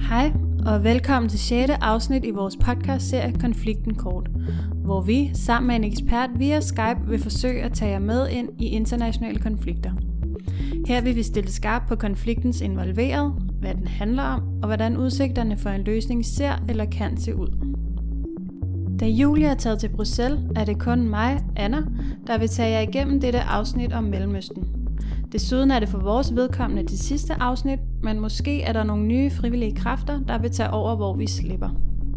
Hej og velkommen til 6. afsnit i vores podcastserie Konflikten Kort, hvor vi sammen med en ekspert via Skype vil forsøge at tage jer med ind i internationale konflikter. Her vil vi stille skarp på konfliktens involverede, hvad den handler om og hvordan udsigterne for en løsning ser eller kan se ud. Da Julia er taget til Bruxelles, er det kun mig, Anna, der vil tage jer igennem dette afsnit om Mellemøsten. Desuden er det for vores vedkommende det sidste afsnit, men måske er der nogle nye frivillige kræfter, der vil tage over, hvor vi slipper.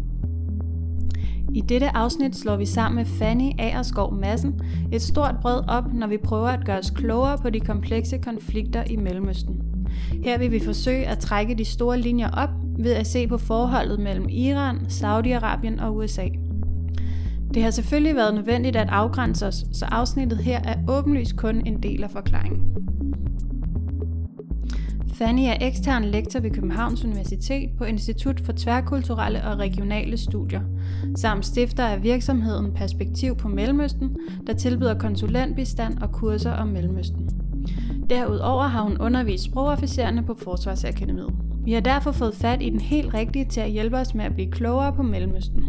I dette afsnit slår vi sammen med Fanny Agerskov Madsen et stort brød op, når vi prøver at gøre os klogere på de komplekse konflikter i Mellemøsten. Her vil vi forsøge at trække de store linjer op ved at se på forholdet mellem Iran, Saudi-Arabien og USA. Det har selvfølgelig været nødvendigt at afgrænse os, så afsnittet her er åbenlyst kun en del af forklaringen. Fanny er ekstern lektor ved Københavns Universitet på Institut for Tværkulturelle og Regionale Studier, samt stifter af virksomheden Perspektiv på Mellemøsten, der tilbyder konsulentbistand og kurser om Mellemøsten. Derudover har hun undervist sprogofficererne på Forsvarsakademiet. Vi har derfor fået fat i den helt rigtige til at hjælpe os med at blive klogere på Mellemøsten.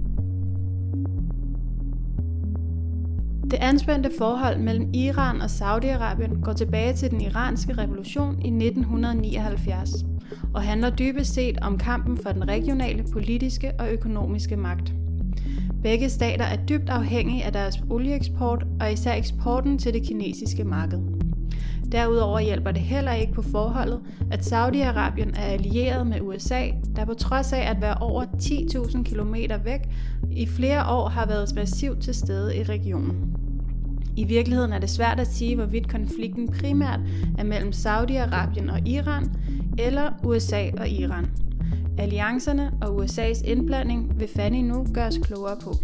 Det anspændte forhold mellem Iran og Saudi-Arabien går tilbage til den iranske revolution i 1979 og handler dybest set om kampen for den regionale, politiske og økonomiske magt. Begge stater er dybt afhængige af deres olieeksport og især eksporten til det kinesiske marked. Derudover hjælper det heller ikke på forholdet, at Saudi-Arabien er allieret med USA, der på trods af at være over 10.000 km væk, i flere år har været massivt til stede i regionen. I virkeligheden er det svært at sige, hvorvidt konflikten primært er mellem Saudi-Arabien og Iran, eller USA og Iran. Alliancerne og USA's indblanding vil Fanny nu gøre os klogere på.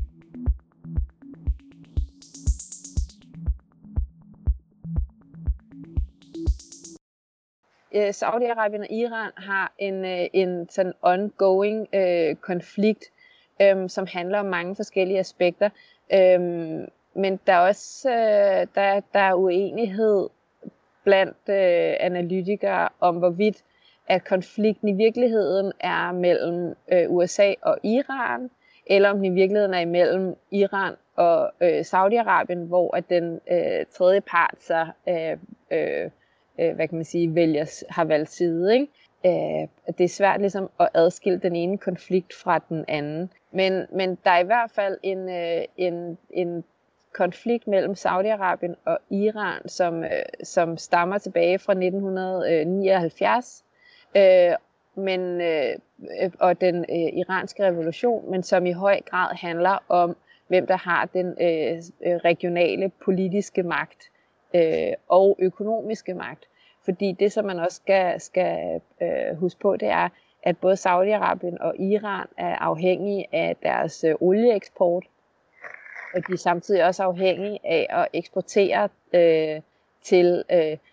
Saudi-Arabien og Iran har en sådan ongoing konflikt, som handler om mange forskellige aspekter. Men der er også der er uenighed blandt analytikere om, hvorvidt at konflikten i virkeligheden er mellem USA og Iran, eller om den i virkeligheden er imellem Iran og Saudi-Arabien, hvor at den tredje part så hvad kan man sige, har valgt side, ikke? Det er svært ligesom at adskille den ene konflikt fra den anden. Men der er i hvert fald en konflikt mellem Saudi-Arabien og Iran, som stammer tilbage fra 1979, og den iranske revolution, men som i høj grad handler om, hvem der har den regionale politiske magt og økonomiske magt. Fordi det, som man også skal huske på, det er, at både Saudi-Arabien og Iran er afhængige af deres olieeksport, og de er samtidig også afhængige af at eksportere til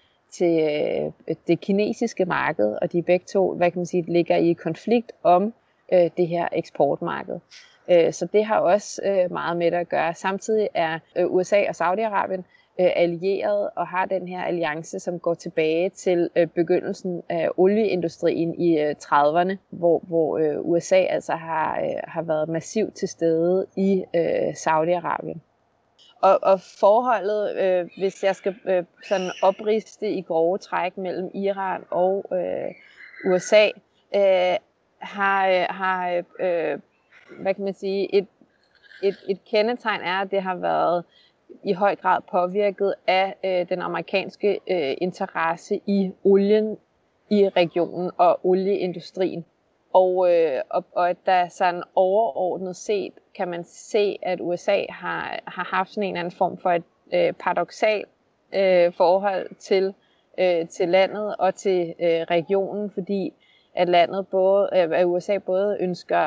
det kinesiske marked, og de begge to, hvad kan man sige, ligger i konflikt om det her eksportmarked. Så det har også meget med det at gøre. Samtidig er USA og Saudi-Arabien allieret og har den her alliance, som går tilbage til begyndelsen af olieindustrien i 30'erne, hvor USA altså har været massivt til stede i Saudi-Arabien. Og forholdet, hvis jeg skal sådan opriste i grove træk mellem Iran og USA, har hvad kan man sige, et kendetegn er, at det har været i høj grad påvirket af den amerikanske interesse i olien i regionen og olieindustrien. Og at der sådan overordnet set kan man se, at USA har haft sådan en eller anden form for et paradoksalt forhold til landet og til regionen, fordi at at USA både ønsker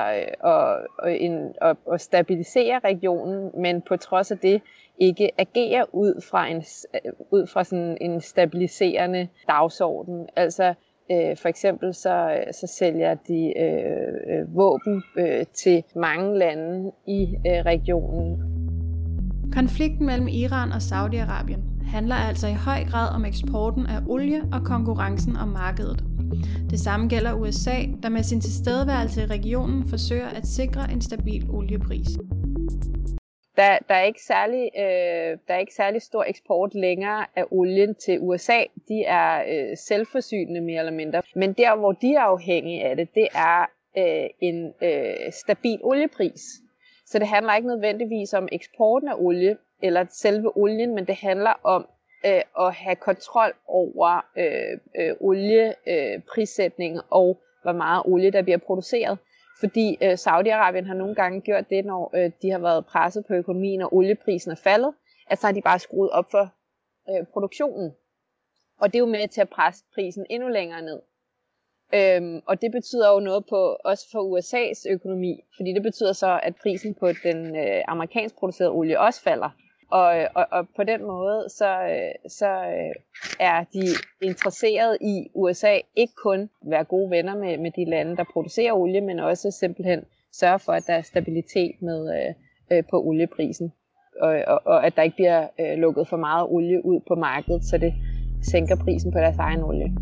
at stabilisere regionen, men på trods af det ikke agerer ud fra sådan en stabiliserende dagsorden. Altså for eksempel så sælger de våben til mange lande i regionen. Konflikten mellem Iran og Saudi-Arabien handler altså i høj grad om eksporten af olie og konkurrencen om markedet. Det samme gælder USA, der med sin tilstedeværelse i regionen forsøger at sikre en stabil oliepris. Der er ikke særlig stor eksport længere af olien til USA. De er selvforsynende mere eller mindre. Men der, hvor de er afhængige af det er en stabil oliepris. Så det handler ikke nødvendigvis om eksporten af olie eller selve olien, men det handler om at have kontrol over olieprissætningen og hvor meget olie der bliver produceret. Fordi Saudi-Arabien har nogle gange gjort det, når de har været presset på økonomien og olieprisen er faldet, at så har de bare skruet op for produktionen. Og det er jo med til at presse prisen endnu længere ned. Og det betyder jo noget også for USA's økonomi, fordi det betyder så, at prisen på den amerikansk producerede olie også falder. Og på den måde, så er de interesseret i USA ikke kun være gode venner med de lande, der producerer olie, men også simpelthen sørge for, at der er stabilitet på olieprisen. Og at der ikke bliver lukket for meget olie ud på markedet, så det sænker prisen på deres egen olie.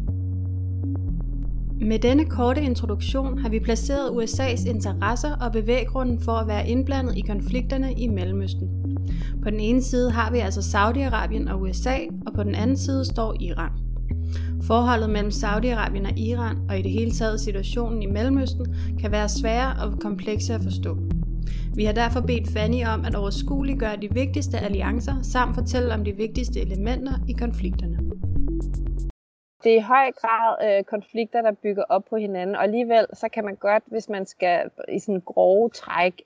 Med denne korte introduktion har vi placeret USA's interesser og bevæggrunden for at være indblandet i konflikterne i Mellemøsten. På den ene side har vi altså Saudi-Arabien og USA, og på den anden side står Iran. Forholdet mellem Saudi-Arabien og Iran, og i det hele taget situationen i Mellemøsten, kan være svære og komplekse at forstå. Vi har derfor bedt Fanny om at overskueliggøre de vigtigste alliancer, samt fortælle om de vigtigste elementer i konflikterne. Det er i høj grad konflikter, der bygger op på hinanden, og alligevel så kan man godt, hvis man skal i sådan grove træk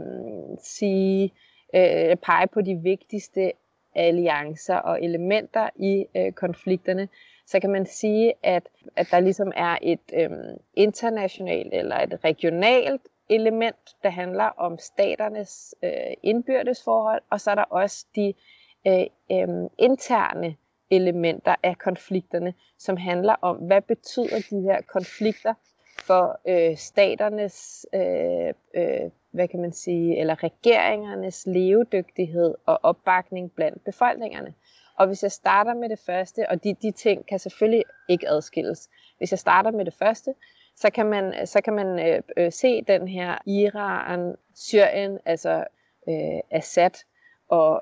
pege på de vigtigste alliancer og elementer i konflikterne, så kan man sige, at der ligesom er et internationalt eller et regionalt element, der handler om staternes indbyrdes forhold, og så er der også de interne elementer af konflikterne, som handler om, hvad betyder de her konflikter for staternes, hvad kan man sige, eller regeringernes levedygtighed og opbakning blandt befolkningerne. Og hvis jeg starter med det første, og de ting kan selvfølgelig ikke adskilles. Hvis jeg starter med det første, så kan man se den her Iran, Syrien, altså Assad og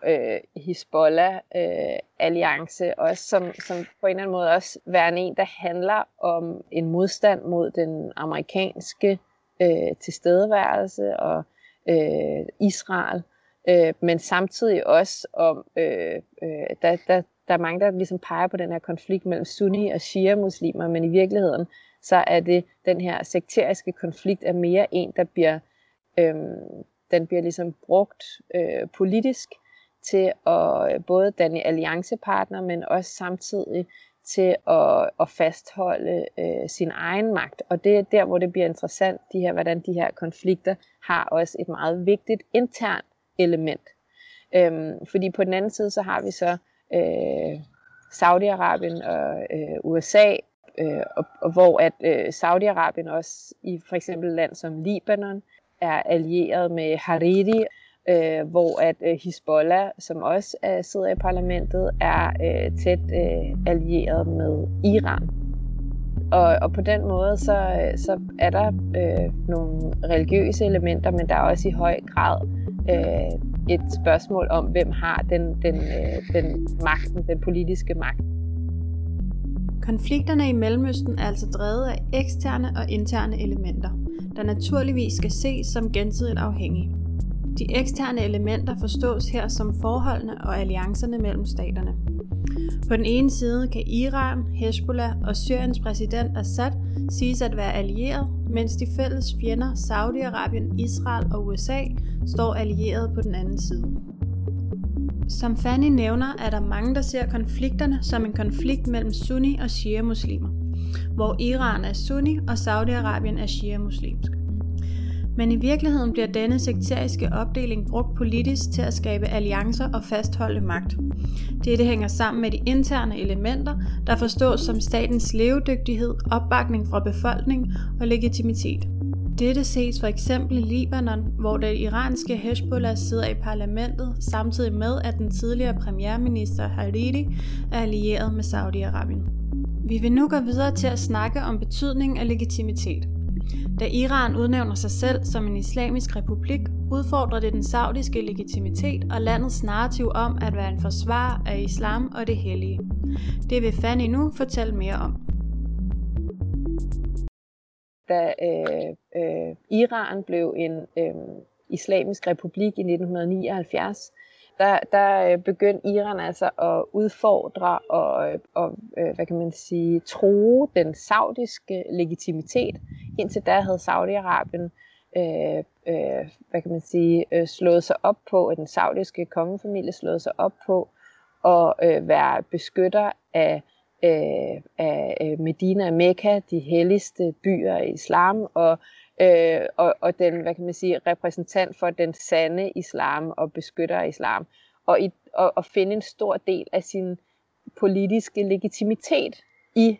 Hizbollah alliance, også som på en eller anden måde også værende en, der handler om en modstand mod den amerikanske tilstedeværelse og Israel, men samtidig også om, der er mange, der ligesom peger på den her konflikt mellem sunni og shia-muslimer, men i virkeligheden så er det den her sekteriske konflikt er mere en, der bliver den bliver ligesom brugt politisk til at både danne alliancepartner, men også samtidig til at fastholde sin egen magt. Og det er der, hvor det bliver interessant, hvordan de her konflikter har også et meget vigtigt internt element. Fordi på den anden side, så har vi så Saudi-Arabien og USA, og hvor at Saudi-Arabien også i for eksempel land som Libanon er allieret med Hariri, hvor at Hizbollah, som også sidder i parlamentet, er tæt allieret med Iran. Og på den måde så er der nogle religiøse elementer, men der er også i høj grad et spørgsmål om, hvem har den politiske magt. Konflikterne i Mellemøsten er altså drevet af eksterne og interne elementer, der naturligvis skal ses som gensidigt afhængige. De eksterne elementer forstås her som forholdene og alliancerne mellem staterne. På den ene side kan Iran, Hezbollah og Syriens præsident Assad siges at være allieret, mens de fælles fjender Saudi-Arabien, Israel og USA står allieret på den anden side. Som Fanny nævner, er der mange, der ser konflikterne som en konflikt mellem sunni og shia-muslimer, hvor Iran er sunni og Saudi-Arabien er shia-muslimsk. Men i virkeligheden bliver denne sekteriske opdeling brugt politisk til at skabe alliancer og fastholde magt. Dette hænger sammen med de interne elementer, der forstås som statens levedygtighed, opbakning fra befolkningen og legitimitet. Dette ses for eksempel i Libanon, hvor det iranske Hezbollah sidder i parlamentet, samtidig med at den tidligere premierminister Hariri er allieret med Saudi-Arabien. Vi vil nu gå videre til at snakke om betydningen af legitimitet. Da Iran udnævner sig selv som en islamisk republik, udfordrer det den saudiske legitimitet og landets narrativ om at være en forsvarer af islam og det hellige. Det vil Fanny nu fortælle mere om. Da Iran blev en islamisk republik i 1979, der begyndte Iran altså at udfordre og hvad kan man sige, true den saudiske legitimitet. Indtil da havde Saudi-Arabien hvad kan man sige, slået sig op på, at den saudiske kongefamilie slået sig op på at være beskytter af Medina og Mekka, de helligste byer i islam, og den, hvad kan man sige, repræsentant for den sande islam og beskytter af islam, og finde en stor del af sin politiske legitimitet i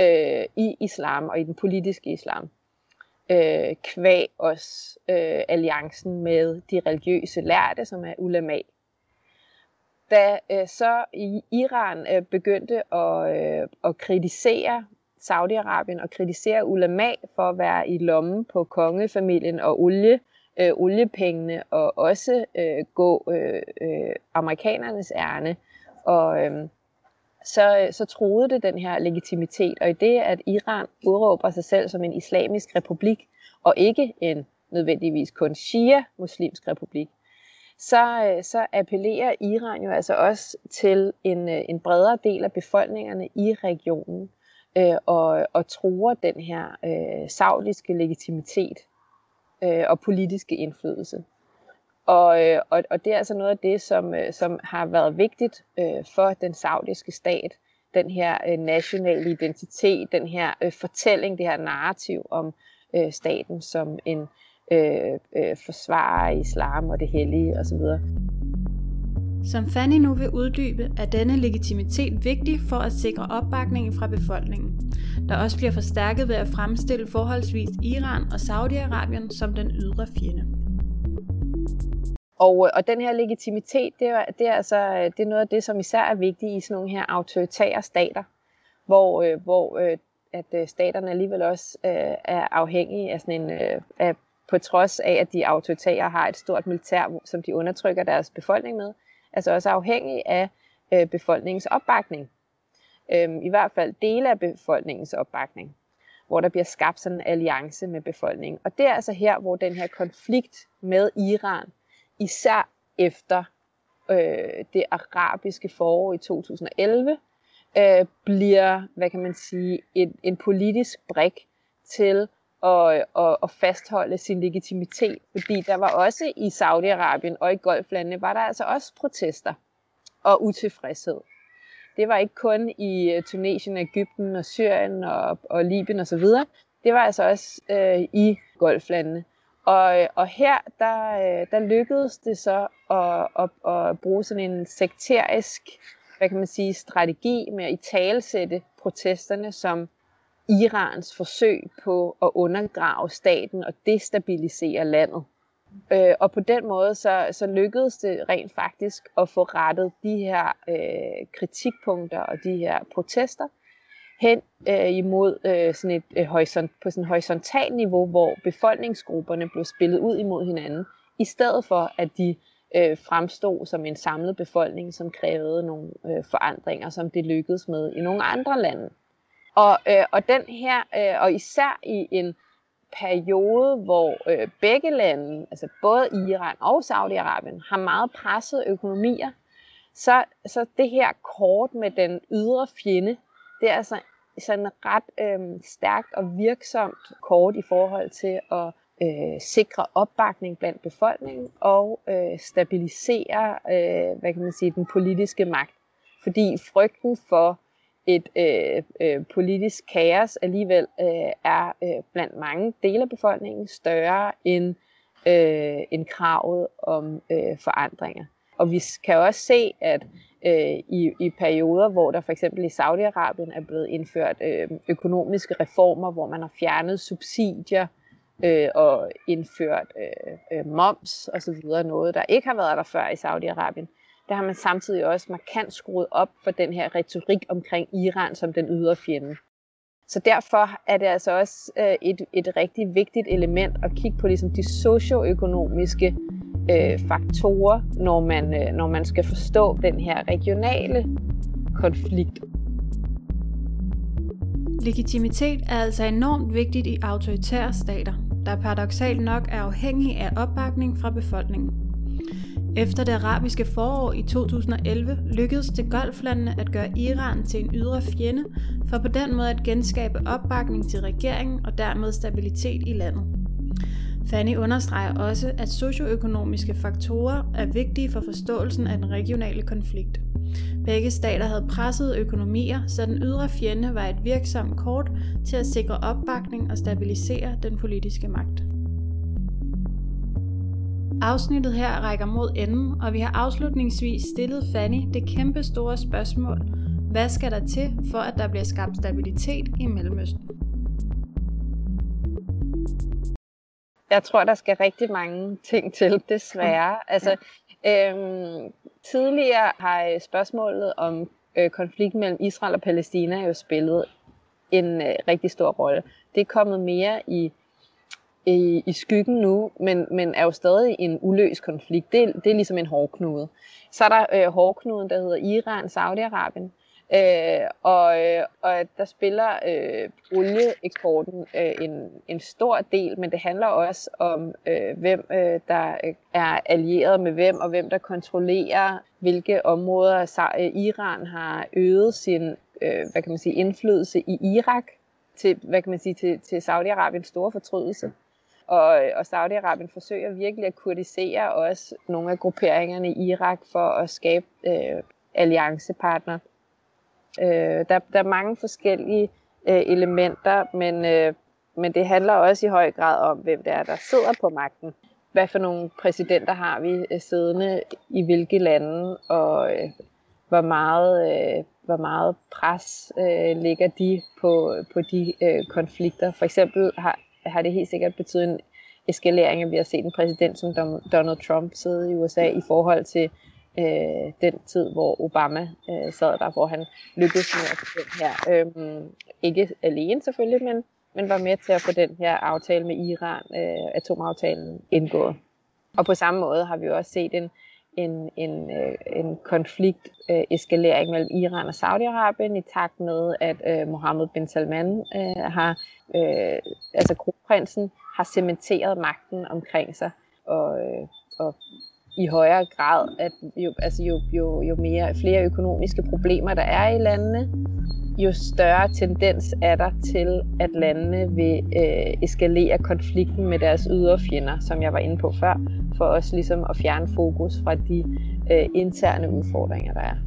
islam og i den politiske islam. Kvæg også alliancen med de religiøse lærde, som er ulama. Da så Iran begyndte at kritisere Saudi-Arabien og kritisere ulama for at være i lommen på kongefamilien og oliepengene, og også gå amerikanernes ærne, og så truede det den her legitimitet. Og i det, at Iran udråber sig selv som en islamisk republik, og ikke en nødvendigvis kun shia-muslimsk republik, så appellerer Iran jo altså også til en bredere del af befolkningerne i regionen, og truer den her saudiske legitimitet og politiske indflydelse. Og det er altså noget af det, som har været vigtigt for den saudiske stat, den her nationale identitet, den her fortælling, det her narrativ om staten som en forsvarer af islam og det hellige osv. Som Fanny nu vil uddybe, er denne legitimitet vigtig for at sikre opbakningen fra befolkningen, der også bliver forstærket ved at fremstille forholdsvis Iran og Saudi-Arabien som den ydre fjende. Og den her legitimitet, det er noget af det, som især er vigtigt i sådan nogle her autoritære stater, hvor at staterne alligevel også er afhængige af sådan en, på trods af, at de autoritære har et stort militær, som de undertrykker deres befolkning med, altså også afhængige af befolkningens opbakning. I hvert fald dele af befolkningens opbakning, hvor der bliver skabt sådan en alliance med befolkningen. Og det er altså her, hvor den her konflikt med Iran, især efter det arabiske forår i 2011, bliver, hvad kan man sige, en politisk brik til at fastholde sin legitimitet. Fordi der var også i Saudi-Arabien og i Golflandene, var der altså også protester og utilfredshed. Det var ikke kun i Tunesien, Egypten og Syrien og Libyen osv. Det var altså også i Golflandene. Og her, der lykkedes det så at bruge sådan en sekterisk, hvad kan man sige, strategi med at italesætte protesterne som Irans forsøg på at undergrave staten og destabilisere landet. Og på den måde så lykkedes det rent faktisk at få rettet de her kritikpunkter og de her protester hen imod sådan på sådan et horisontalt niveau, hvor befolkningsgrupperne blev spillet ud imod hinanden, i stedet for at de fremstod som en samlet befolkning, som krævede nogle forandringer, som det lykkedes med i nogle andre lande. Og den her, og især i en periode, hvor begge lande, altså både Iran og Saudi-Arabien, har meget pressede økonomier, så det her kort med den ydre fjende, det er altså sådan ret stærkt og virksomt kort i forhold til at sikre opbakning blandt befolkningen og stabilisere, hvad kan man sige, den politiske magt. Fordi frygten for et politisk kaos alligevel er blandt mange dele af befolkningen større end kravet om forandringer. Og vi kan også se, at i perioder, hvor der for eksempel i Saudi-Arabien er blevet indført økonomiske reformer, hvor man har fjernet subsidier og indført moms osv., noget der ikke har været der før i Saudi-Arabien, der har man samtidig også markant skruet op for den her retorik omkring Iran som den ydre fjende. Så derfor er det altså også et rigtig vigtigt element at kigge på ligesom de socioøkonomiske faktorer, når man skal forstå den her regionale konflikt. Legitimitet er altså enormt vigtigt i autoritære stater, der paradoksalt nok er afhængige af opbakning fra befolkningen. Efter det arabiske forår i 2011 lykkedes det Golflandene at gøre Iran til en ydre fjende, for på den måde at genskabe opbakning til regeringen og dermed stabilitet i landet. Fanny understreger også, at socioøkonomiske faktorer er vigtige for forståelsen af den regionale konflikt. Begge stater havde pressede økonomier, så den ydre fjende var et virksomt kort til at sikre opbakning og stabilisere den politiske magt. Afsnittet her rækker mod enden, og vi har afslutningsvis stillet Fanny det kæmpe store spørgsmål: hvad skal der til, for at der bliver skabt stabilitet i Mellemøsten? Jeg tror, der skal rigtig mange ting til, desværre. Tidligere har spørgsmålet om konflikten mellem Israel og Palæstina jo spillet en rigtig stor rolle. Det er kommet mere i skyggen nu, men er jo stadig en uløst konflikt. Det er ligesom en hårdknude. Så er der hårdknuden, der hedder Iran, Saudi-Arabien. Og der spiller olieeksporten en stor del, men det handler også om, hvem der er allieret med hvem, og hvem der kontrollerer hvilke områder. Iran har øget sin indflydelse i Irak til, til Saudi-Arabiens store fortrydelse. Og Saudi-Arabien forsøger virkelig at kurdisere også nogle af grupperingerne i Irak for at skabe alliancepartnere. Der er mange forskellige elementer, men det handler også i høj grad om, hvem det er, der sidder på magten. Hvad for nogle præsidenter har vi siddende i hvilke lande, og hvor meget pres ligger de på de konflikter. For eksempel har det helt sikkert betydet en eskalering, at vi har set en præsident som Donald Trump sidde i USA i forhold til den tid, hvor Obama sad der, hvor han lykkedes med at få den her, ikke alene selvfølgelig, men var med til at få den her aftale med Iran, atomaftalen, indgået. Og på samme måde har vi også set en konflikt eskalering mellem Iran og Saudi-Arabien i takt med, at Mohammed bin Salman kronprinsen har cementeret magten omkring sig, og i højere grad, at jo flere økonomiske problemer der er i landene, jo større tendens er der til, at landene vil eskalere konflikten med deres ydre fjender, som jeg var inde på før, for også ligesom at fjerne fokus fra de interne udfordringer, der er.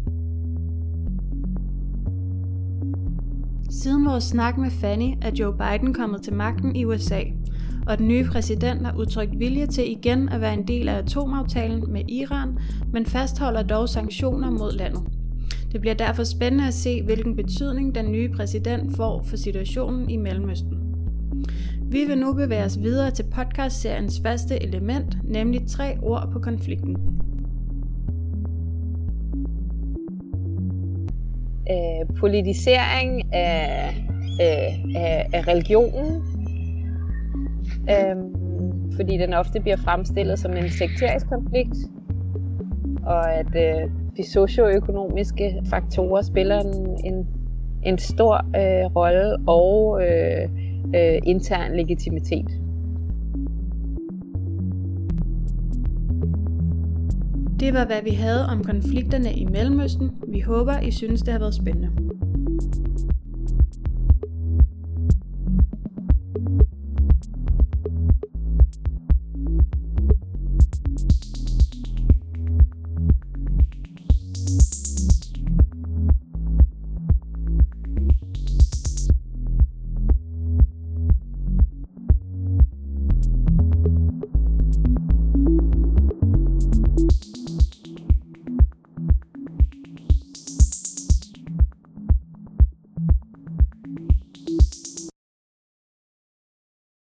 Siden vores snak med Fanny er Joe Biden kommet til magten i USA, og den nye præsident har udtrykt vilje til igen at være en del af atomaftalen med Iran, men fastholder dog sanktioner mod landet. Det bliver derfor spændende at se, hvilken betydning den nye præsident får for situationen i Mellemøsten. Vi vil nu bevæge os videre til podcastseriens faste element, nemlig 3 ord på konflikten. Politisering af religionen, fordi den ofte bliver fremstillet som en sekterisk konflikt, og at de socioøkonomiske faktorer spiller en stor rolle, og intern legitimitet. Det var, hvad vi havde om konflikterne i Mellemøsten. Vi håber, I synes, det har været spændende.